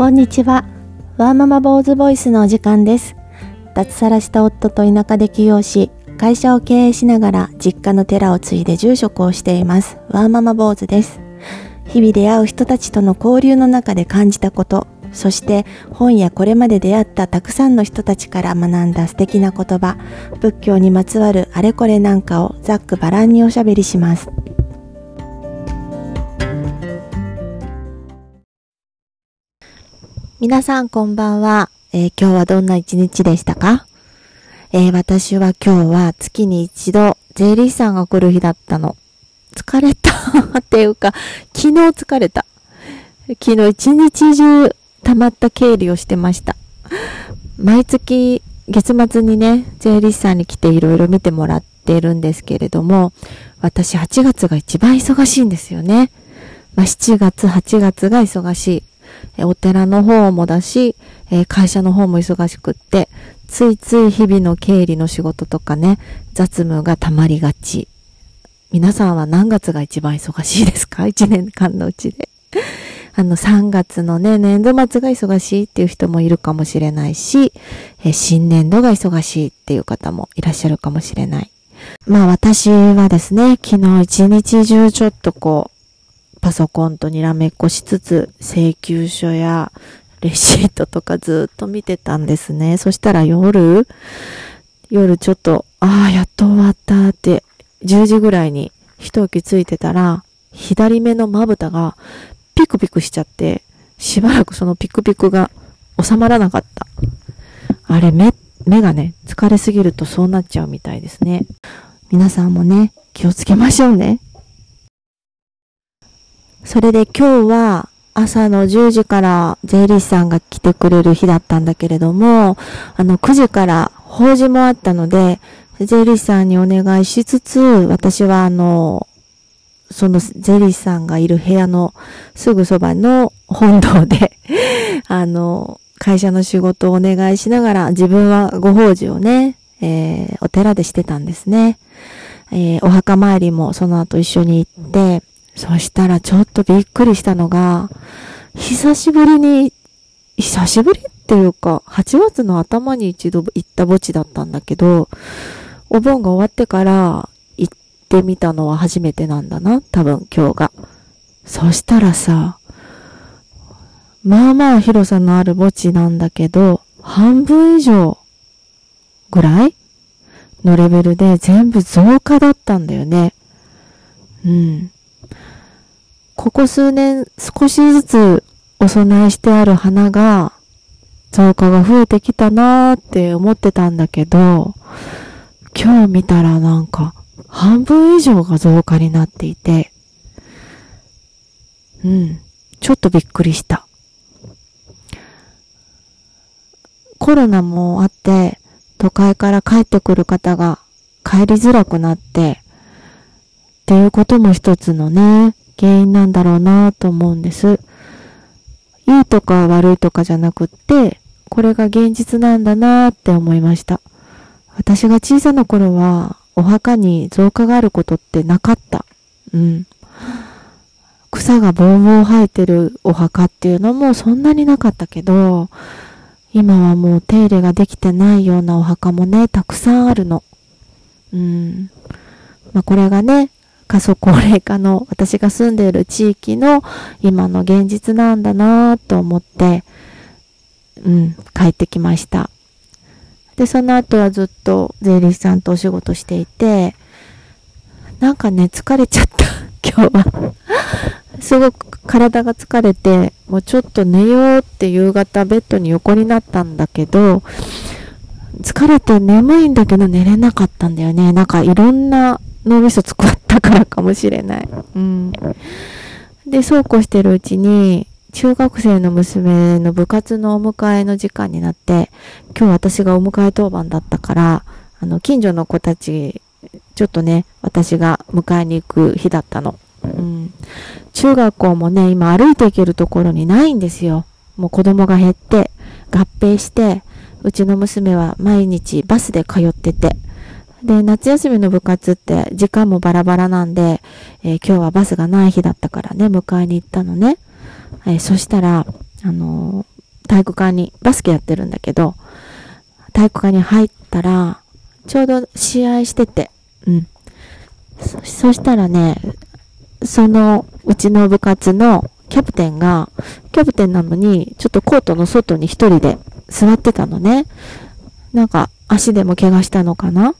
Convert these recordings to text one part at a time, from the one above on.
こんにちは。ワーママ坊主ボイスのお時間です。脱サラした夫と田舎で起業し、会社を経営しながら実家の寺を継いで住職をしています。ワーママ坊主です。日々出会う人たちとの交流の中で感じたこと、そして本やこれまで出会ったたくさんの人たちから学んだ素敵な言葉、仏教にまつわるあれこれなんかをざっくばらんにおしゃべりします。皆さんこんばんは。今日はどんな一日でしたか？私は今日は月に一度税理士さんが来る日だったの。疲れたっていうか、昨日疲れた。昨日一日中溜まった経理をしてました。毎月月末にね、税理士さんに来ていろいろ見てもらっているんですけれども、私8月が一番忙しいんですよね。7月、8月が忙しい。お寺の方もだし、会社の方も忙しくって、ついつい日々の経理の仕事とかね、雑務が溜まりがち。皆さんは何月が一番忙しいですか？1年間のうちで。3月のね、年度末が忙しいっていう人もいるかもしれないし、新年度が忙しいっていう方もいらっしゃるかもしれない。まあ私はですね、昨日一日中ちょっとパソコンとにらめっこしつつ、請求書やレシートとかずっと見てたんですね。そしたら夜ちょっと、やっと終わったって、10時ぐらいに一息ついてたら、左目のまぶたがピクピクしちゃって、しばらくそのピクピクが収まらなかった。あれ、目がね、疲れすぎるとそうなっちゃうみたいですね。皆さんもね、気をつけましょうね。それで今日は朝の10時から税理士さんが来てくれる日だったんだけれども、9時から法事もあったので、税理士さんにお願いしつつ、私はその税理士さんがいる部屋のすぐそばの本堂で、会社の仕事をお願いしながら、自分はご法事をね、お寺でしてたんですね。お墓参りもその後一緒に行って、そしたらちょっとびっくりしたのが、久しぶりっていうか、8月の頭に一度行った墓地だったんだけど、お盆が終わってから行ってみたのは初めてなんだな、多分今日が。そしたらさ、まあまあ広さのある墓地なんだけど、半分以上ぐらいのレベルで全部増加だったんだよね。ここ数年少しずつお供えしてある花が増加が増えてきたなーって思ってたんだけど、今日見たらなんか半分以上が増加になっていて、ちょっとびっくりした。コロナもあって都会から帰ってくる方が帰りづらくなってっていうことも一つのね、原因なんだろうなと思うんです。いいとか悪いとかじゃなくって、これが現実なんだなって思いました。私が小さな頃は、お墓に増加があることってなかった。草がぼうぼう生えてるお墓っていうのもそんなになかったけど、今はもう手入れができてないようなお墓もね、たくさんあるの。これがね、過疎高齢化の私が住んでいる地域の今の現実なんだなと思って、帰ってきました。で、その後はずっと税理士さんとお仕事していて、なんかね、疲れちゃった、今日は。すごく体が疲れて、もうちょっと寝ようって夕方ベッドに横になったんだけど、疲れて眠いんだけど寝れなかったんだよね。なんかいろんな脳みそ使ったからかもしれない。で、そうこうしてるうちに、中学生の娘の部活のお迎えの時間になって、今日私がお迎え当番だったから、近所の子たち、ちょっとね、私が迎えに行く日だったの。中学校もね、今歩いて行けるところにないんですよ。もう子供が減って、合併して、うちの娘は毎日バスで通ってて、で、夏休みの部活って時間もバラバラなんで、今日はバスがない日だったからね、迎えに行ったのね。そしたら、 体育館に、バスケやってるんだけど、体育館に入ったら、ちょうど試合してて、そしたらね、そのうちの部活のキャプテンなのに、ちょっとコートの外に一人で座ってたのね。なんか足でも怪我したのかな。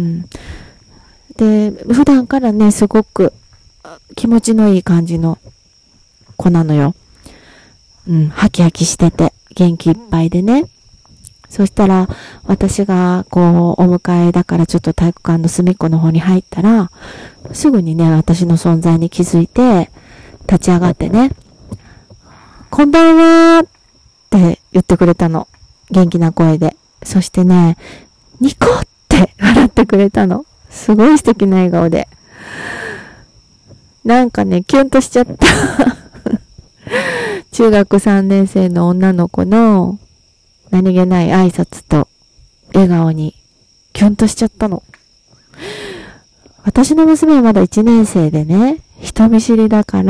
で、普段からね、すごく気持ちのいい感じの子なのよ。ハキハキしてて、元気いっぱいでね。そしたら、私が、お迎えだからちょっと体育館の隅っこの方に入ったら、すぐにね、私の存在に気づいて、立ち上がってね、こんばんはーって言ってくれたの。元気な声で。そしてね、ニコって笑ってくれたの。すごい素敵な笑顔で。なんかね、キュンとしちゃった。中学3年生の女の子の何気ない挨拶と笑顔にキュンとしちゃったの。私の娘はまだ1年生でね、人見知りだから、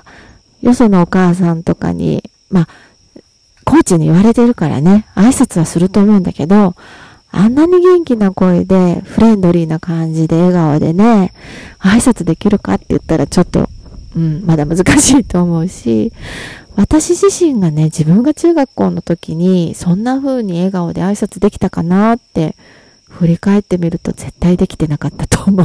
よそのお母さんとかに、コーチに言われてるからね、挨拶はすると思うんだけど、あんなに元気な声で、フレンドリーな感じで笑顔でね、挨拶できるかって言ったらちょっと、まだ難しいと思うし、私自身がね、自分が中学校の時に、そんな風に笑顔で挨拶できたかなって、振り返ってみると絶対できてなかったと思う。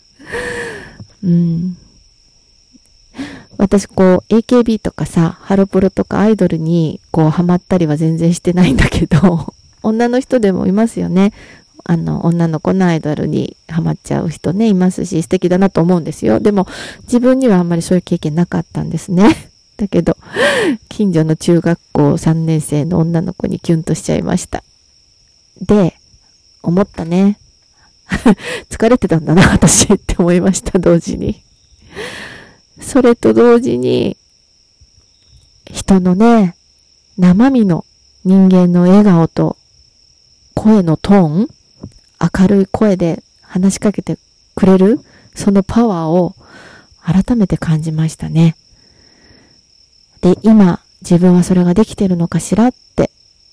私AKB とかさ、ハロプロとかアイドルにハマったりは全然してないんだけど、女の人でもいますよね。女の子のアイドルにハマっちゃう人ね、いますし、素敵だなと思うんですよ。でも、自分にはあんまりそういう経験なかったんですね。だけど、近所の中学校3年生の女の子にキュンとしちゃいました。で、思ったね。疲れてたんだな、私って思いました、同時に。それと同時に、人のね、生身の人間の笑顔と声のトーン、明るい声で話しかけてくれる、そのパワーを改めて感じましたね。で、今、自分はそれができてるのかしらって、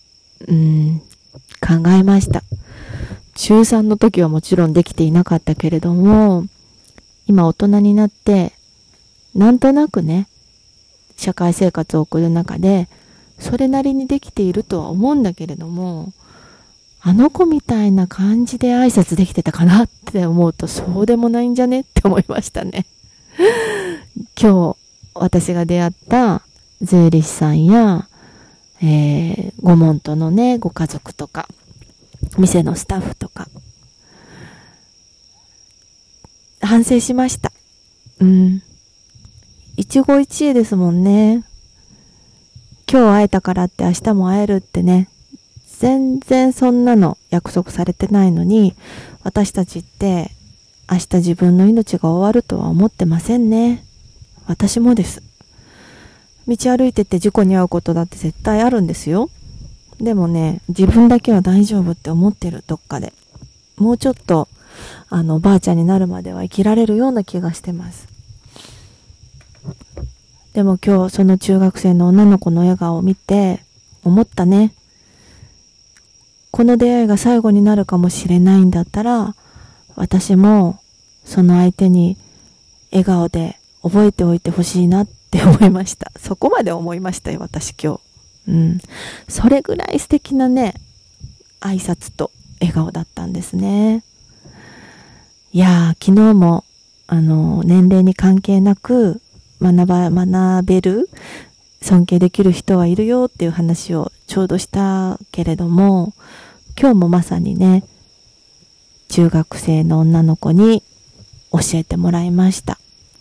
考えました。中3の時はもちろんできていなかったけれども、今大人になって、なんとなくね、社会生活を送る中で、それなりにできているとは思うんだけれども、あの子みたいな感じで挨拶できてたかなって思うと、そうでもないんじゃねって思いましたね。今日、私が出会った税理士さんや、ご門徒のね、ご家族とか、店のスタッフとか、反省しました。一期一会ですもんね。今日会えたからって明日も会えるってね、全然そんなの約束されてないのに、私たちって明日自分の命が終わるとは思ってませんね。私もです。道歩いてて事故に遭うことだって絶対あるんですよ。でもね、自分だけは大丈夫って思ってる、どっかで。もうちょっと、おばあちゃんになるまでは生きられるような気がしてます。でも今日その中学生の女の子の笑顔を見て思ったね。この出会いが最後になるかもしれないんだったら、私もその相手に笑顔で覚えておいてほしいなって思いました。そこまで思いましたよ、私今日。それぐらい素敵なね、挨拶と笑顔だったんですね。いやー、昨日も年齢に関係なく学べる、尊敬できる人はいるよっていう話をちょうどしたけれども、今日もまさにね、中学生の女の子に教えてもらいました。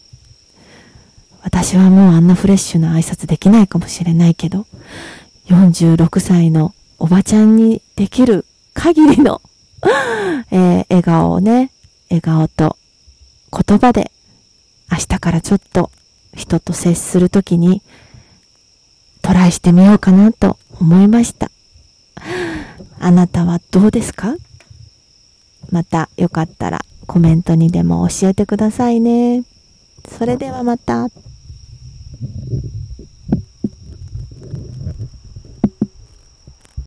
私はもうあんなフレッシュな挨拶できないかもしれないけど、46歳のおばちゃんにできる限りの、笑顔をね、笑顔と言葉で明日からちょっと人と接するときにトライしてみようかなと思いました。あなたはどうですか？またよかったらコメントにでも教えてくださいね。それではまた。